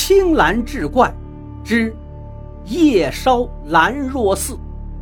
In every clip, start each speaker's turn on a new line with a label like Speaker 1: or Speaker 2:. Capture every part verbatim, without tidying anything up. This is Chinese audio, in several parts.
Speaker 1: 青蓝志怪之夜烧兰若寺。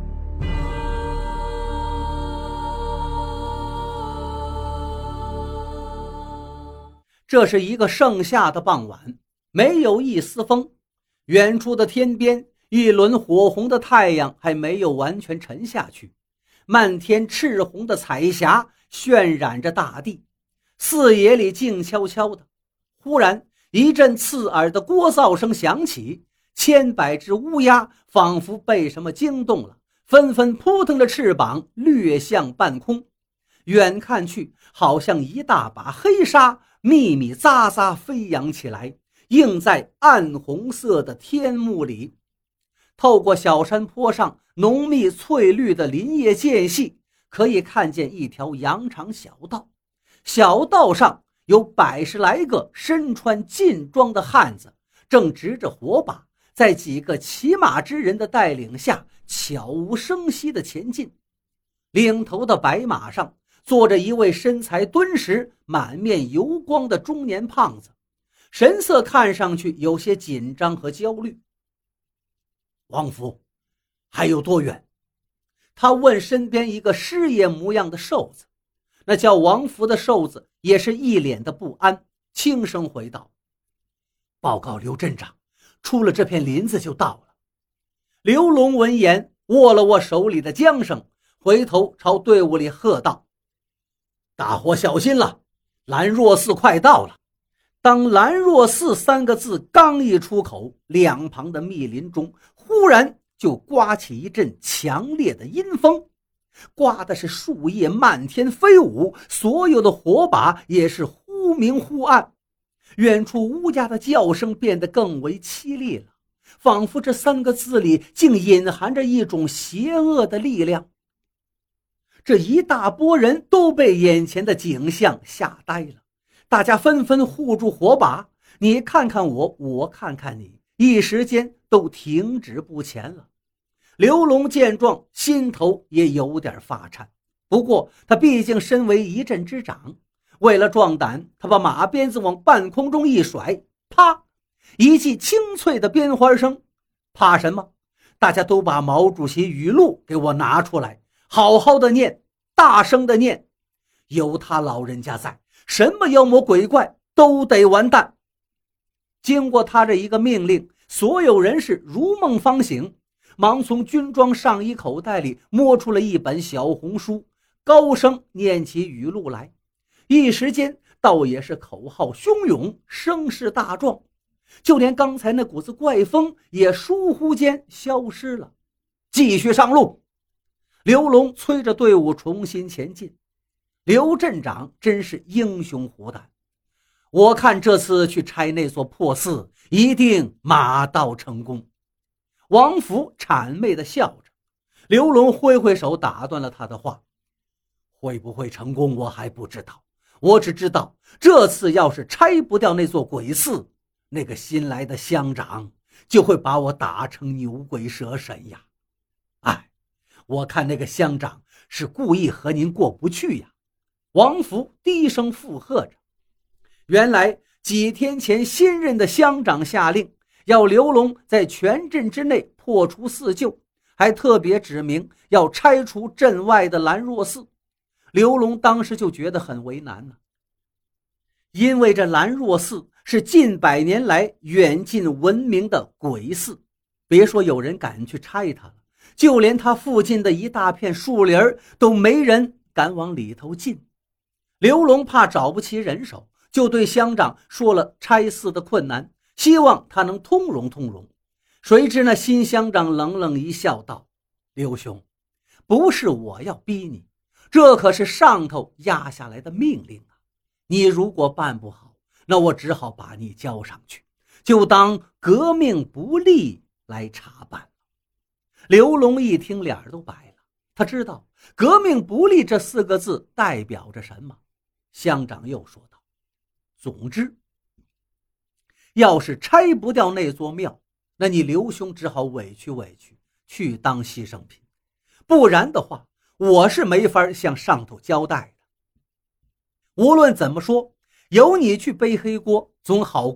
Speaker 1: 这是一个盛夏的傍晚，没有一丝风，远处的天边一轮火红的太阳还没有完全沉下去，漫天赤红的彩霞渲染着大地，四野里静悄悄的。忽然一阵刺耳的聒噪声响起，千百只乌鸦仿佛被什么惊动了，纷纷扑腾着翅膀掠向半空。远看去，好像一大把黑纱密密匝匝飞扬起来，映在暗红色的天幕里。透过小山坡上浓密翠绿的林叶间隙，可以看见一条羊肠小道，小道上有百十来个身穿劲装的汉子，正执着火把，在几个骑马之人的带领下悄无声息地前进。领头的白马上坐着一位身材敦实、满面油光的中年胖子，神色看上去有些紧张和焦虑。王府还有多远？他问身边一个师爷模样的瘦子。那叫王福的瘦子也是一脸的不安，轻声回道：报告刘镇长，出了这片林子就到了。刘龙闻言握了握手里的缰绳，回头朝队伍里喝道：大伙小心了，兰若寺快到了。当兰若寺三个字刚一出口，两旁的密林中忽然就刮起一阵强烈的阴风，刮的是树叶漫天飞舞，所有的火把也是忽明忽暗。远处乌鸦的叫声变得更为凄厉了，仿佛这三个字里竟隐含着一种邪恶的力量。这一大波人都被眼前的景象吓呆了，大家纷纷护住火把，你看看我，我看看你，一时间都停止不前了。刘龙见状，心头也有点发颤，不过他毕竟身为一镇之长，为了壮胆，他把马鞭子往半空中一甩，啪，一记清脆的鞭花声。怕什么？大家都把毛主席语录给我拿出来，好好的念，大声的念，有他老人家在，什么妖魔鬼怪都得完蛋。经过他这一个命令，所有人是如梦方醒，忙从军装上衣口袋里摸出了一本小红书，高声念起语录来。一时间倒也是口号汹涌，声势大壮，就连刚才那股子怪风也疏忽间消失了。继续上路。刘龙催着队伍重新前进。刘镇长真是英雄虎胆，我看这次去拆那座破寺一定马到成功。王福谄媚地笑着，刘龙挥挥手打断了他的话：会不会成功我还不知道，我只知道这次要是拆不掉那座鬼寺，那个新来的乡长就会把我打成牛鬼蛇神呀。哎，我看那个乡长是故意和您过不去呀。王福低声附和着。原来几天前新任的乡长下令要刘龙在全镇之内破除四旧，还特别指明要拆除镇外的兰若寺。刘龙当时就觉得很为难呢，因为这兰若寺是近百年来远近闻名的鬼寺，别说有人敢去拆它了，就连它附近的一大片树林都没人敢往里头进。刘龙怕找不齐人手，就对乡长说了拆寺的困难，希望他能通融通融。谁知那新乡长冷冷一笑道：刘兄，不是我要逼你，这可是上头压下来的命令啊！你如果办不好，那我只好把你交上去，就当革命不利来查办了。刘龙一听脸都白了，他知道革命不利这四个字代表着什么。乡长又说道：总之，要是拆不掉那座庙，那你刘兄只好委屈委屈，去当牺牲品，不然的话，我是没法向上头交代的。无论怎么说，由你去背黑锅总好过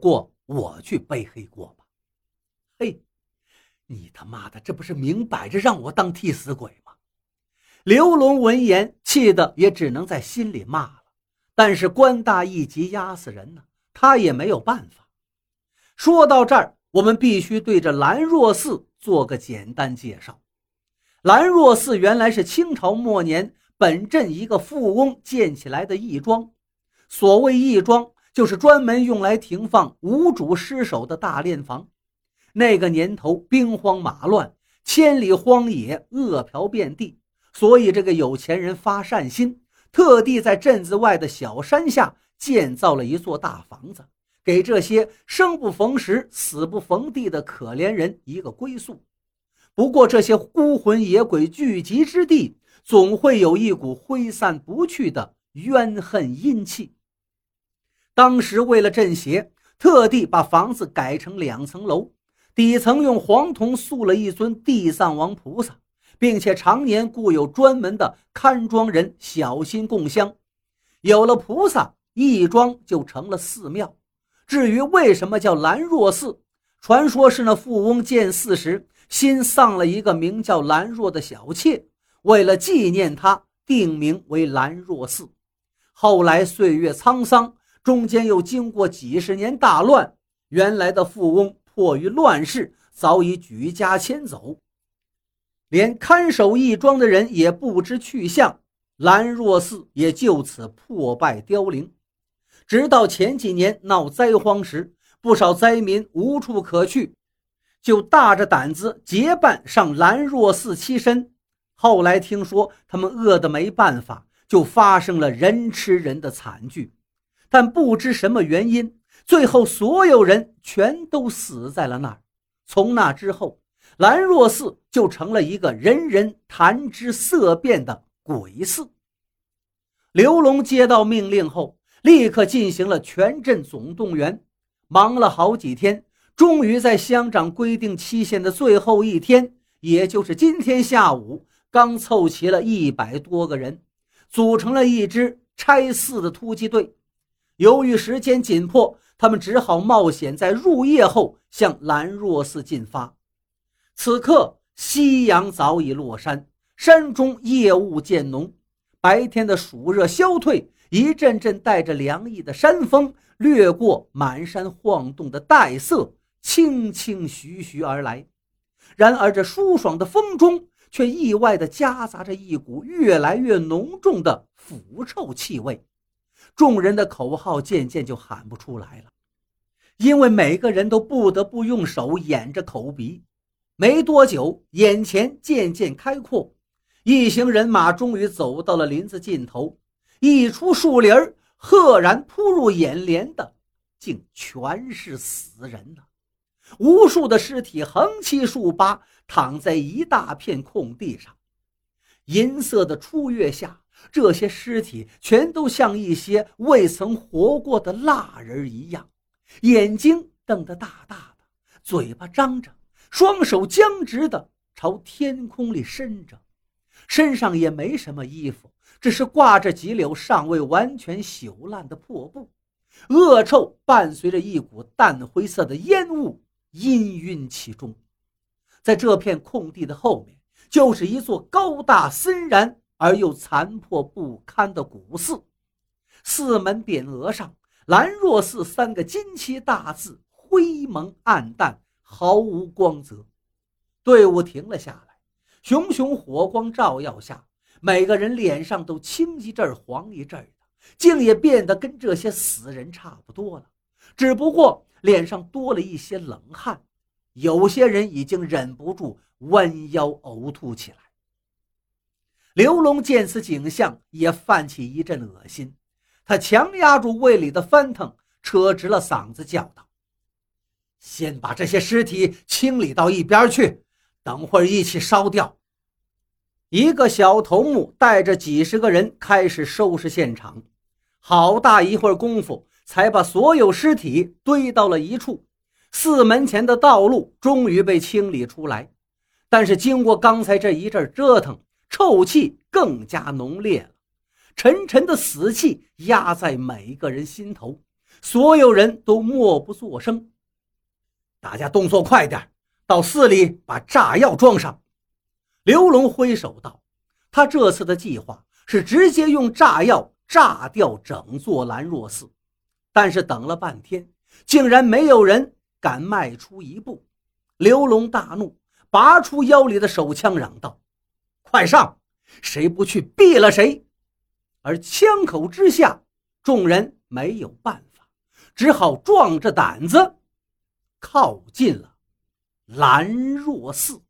Speaker 1: 我去背黑锅吧。嘿，你他妈的这不是明摆着让我当替死鬼吗？刘龙闻言气得也只能在心里骂了，但是官大一级压死人呢，他也没有办法。说到这儿，我们必须对着兰若寺做个简单介绍。兰若寺原来是清朝末年本镇一个富翁建起来的义庄，所谓义庄就是专门用来停放无主尸首的大殓房。那个年头兵荒马乱，千里荒野，饿殍遍地，所以这个有钱人发善心，特地在镇子外的小山下建造了一座大房子，给这些生不逢时死不逢地的可怜人一个归宿。不过这些孤魂野鬼聚集之地，总会有一股挥散不去的怨恨阴气。当时为了镇邪，特地把房子改成两层楼，底层用黄铜塑了一尊地藏王菩萨，并且常年雇有专门的看庄人小心供香。有了菩萨，义庄就成了寺庙。至于为什么叫兰若寺，传说是那富翁建寺时新丧了一个名叫兰若的小妾，为了纪念他，定名为兰若寺。后来岁月沧桑，中间又经过几十年大乱，原来的富翁迫于乱世早已举家迁走，连看守义庄的人也不知去向，兰若寺也就此破败凋零。直到前几年闹灾荒时，不少灾民无处可去，就大着胆子结伴上兰若寺栖身。后来听说他们饿得没办法，就发生了人吃人的惨剧。但不知什么原因，最后所有人全都死在了那儿。从那之后，兰若寺就成了一个人人谈之色变的鬼寺。刘龙接到命令后，立刻进行了全镇总动员，忙了好几天，终于在乡长规定期限的最后一天，也就是今天下午，刚凑齐了一百多个人，组成了一支拆寺的突击队。由于时间紧迫，他们只好冒险在入夜后向兰若寺进发。此刻夕阳早已落山，山中夜雾渐浓，白天的暑热消退，一阵阵带着凉意的山风掠过满山晃动的黛色，轻轻徐徐而来。然而这舒爽的风中却意外地夹杂着一股越来越浓重的腐臭气味。众人的口号渐渐就喊不出来了，因为每个人都不得不用手掩着口鼻。没多久，眼前渐渐开阔，一行人马终于走到了林子尽头。一出树林，赫然扑入眼帘的竟全是死人了。无数的尸体横七竖八躺在一大片空地上，银色的初月下，这些尸体全都像一些未曾活过的蜡人一样，眼睛瞪得大大的，嘴巴张着，双手僵直的朝天空里伸着，身上也没什么衣服，只是挂着几绺尚未完全朽烂的破布。恶臭伴随着一股淡灰色的烟雾氤氲其中。在这片空地的后面，就是一座高大森然而又残破不堪的古寺。寺门匾额上兰若寺三个金漆大字灰蒙暗淡，毫无光泽。队伍停了下来，熊熊火光照耀下，每个人脸上都青一阵黄一阵的，竟也变得跟这些死人差不多了，只不过脸上多了一些冷汗，有些人已经忍不住弯腰呕吐起来。刘龙见此景象，也泛起一阵恶心，他强压住胃里的翻腾，扯直了嗓子叫道：先把这些尸体清理到一边去，等会儿一起烧掉。一个小头目带着几十个人开始收拾现场，好大一会儿功夫才把所有尸体堆到了一处。寺门前的道路终于被清理出来，但是经过刚才这一阵折腾，臭气更加浓烈了，沉沉的死气压在每个人心头，所有人都默不作声， 大家动作快点，到寺里把炸药装上。刘龙挥手道，他这次的计划是直接用炸药炸掉整座兰若寺，但是等了半天，竟然没有人敢迈出一步。刘龙大怒，拔出腰里的手枪，嚷道：快上，谁不去毙了谁！而枪口之下，众人没有办法，只好壮着胆子靠近了兰若寺。